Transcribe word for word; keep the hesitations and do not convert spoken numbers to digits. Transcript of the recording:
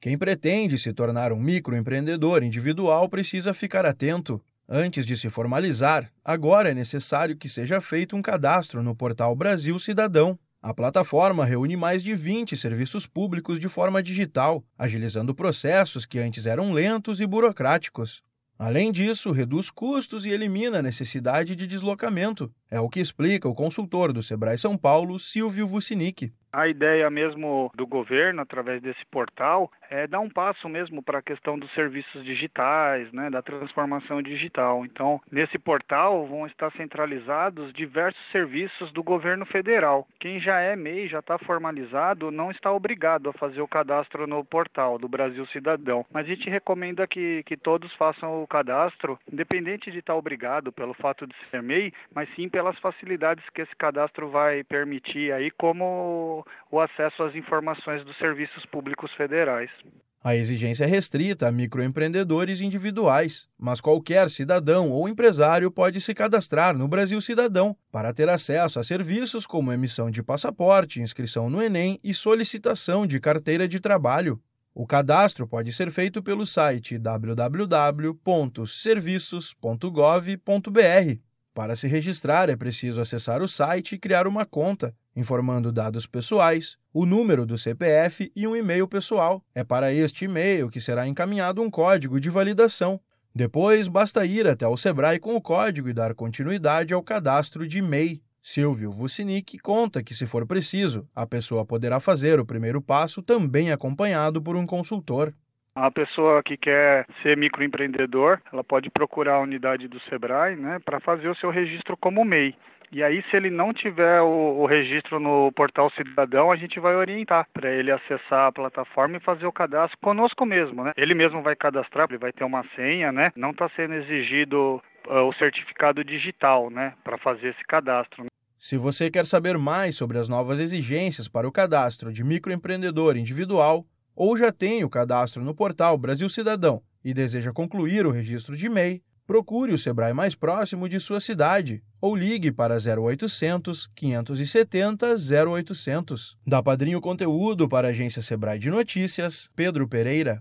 Quem pretende se tornar um microempreendedor individual precisa ficar atento. Antes de se formalizar, agora é necessário que seja feito um cadastro no portal Brasil Cidadão. A plataforma reúne mais de vinte serviços públicos de forma digital, agilizando processos que antes eram lentos e burocráticos. Além disso, reduz custos e elimina a necessidade de deslocamento. É o que explica o consultor do Sebrae São Paulo, Silvio Vucinic. A ideia mesmo do governo, através desse portal, é dar um passo mesmo para a questão dos serviços digitais, né, da transformação digital. Então, nesse portal vão estar centralizados diversos serviços do governo federal. Quem já é M E I, já está formalizado, não está obrigado a fazer o cadastro no portal do Brasil Cidadão. Mas a gente recomenda que, que todos façam o cadastro, independente de estar obrigado pelo fato de ser M E I, mas sim pelas facilidades que esse cadastro vai permitir aí, como o acesso às informações dos serviços públicos federais. A exigência é restrita a microempreendedores individuais, mas qualquer cidadão ou empresário pode se cadastrar no Brasil Cidadão para ter acesso a serviços como emissão de passaporte, inscrição no Enem e solicitação de carteira de trabalho. O cadastro pode ser feito pelo site w w w ponto serviços ponto gov ponto b r. Para se registrar, é preciso acessar o site e criar uma conta, informando dados pessoais, o número do C P F e um e-mail pessoal. É para este e-mail que será encaminhado um código de validação. Depois, basta ir até o Sebrae com o código e dar continuidade ao cadastro de M E I. Silvio Vucinic conta que, se for preciso, a pessoa poderá fazer o primeiro passo também acompanhado por um consultor. A pessoa que quer ser microempreendedor, ela pode procurar a unidade do Sebrae, né, para fazer o seu registro como M E I. E aí, se ele não tiver o, o registro no portal Cidadão, a gente vai orientar para ele acessar a plataforma e fazer o cadastro conosco mesmo, né? Ele mesmo vai cadastrar, ele vai ter uma senha, né? Não está sendo exigido uh, o certificado digital, né, para fazer esse cadastro. Se você quer saber mais sobre as novas exigências para o cadastro de microempreendedor individual, ou já tem o cadastro no portal Brasil Cidadão e deseja concluir o registro de M E I, procure o Sebrae mais próximo de sua cidade ou ligue para zero oitocentos, quinhentos e setenta, zero oitocentos. Da Padrinho Conteúdo para a agência Sebrae de Notícias, Pedro Pereira.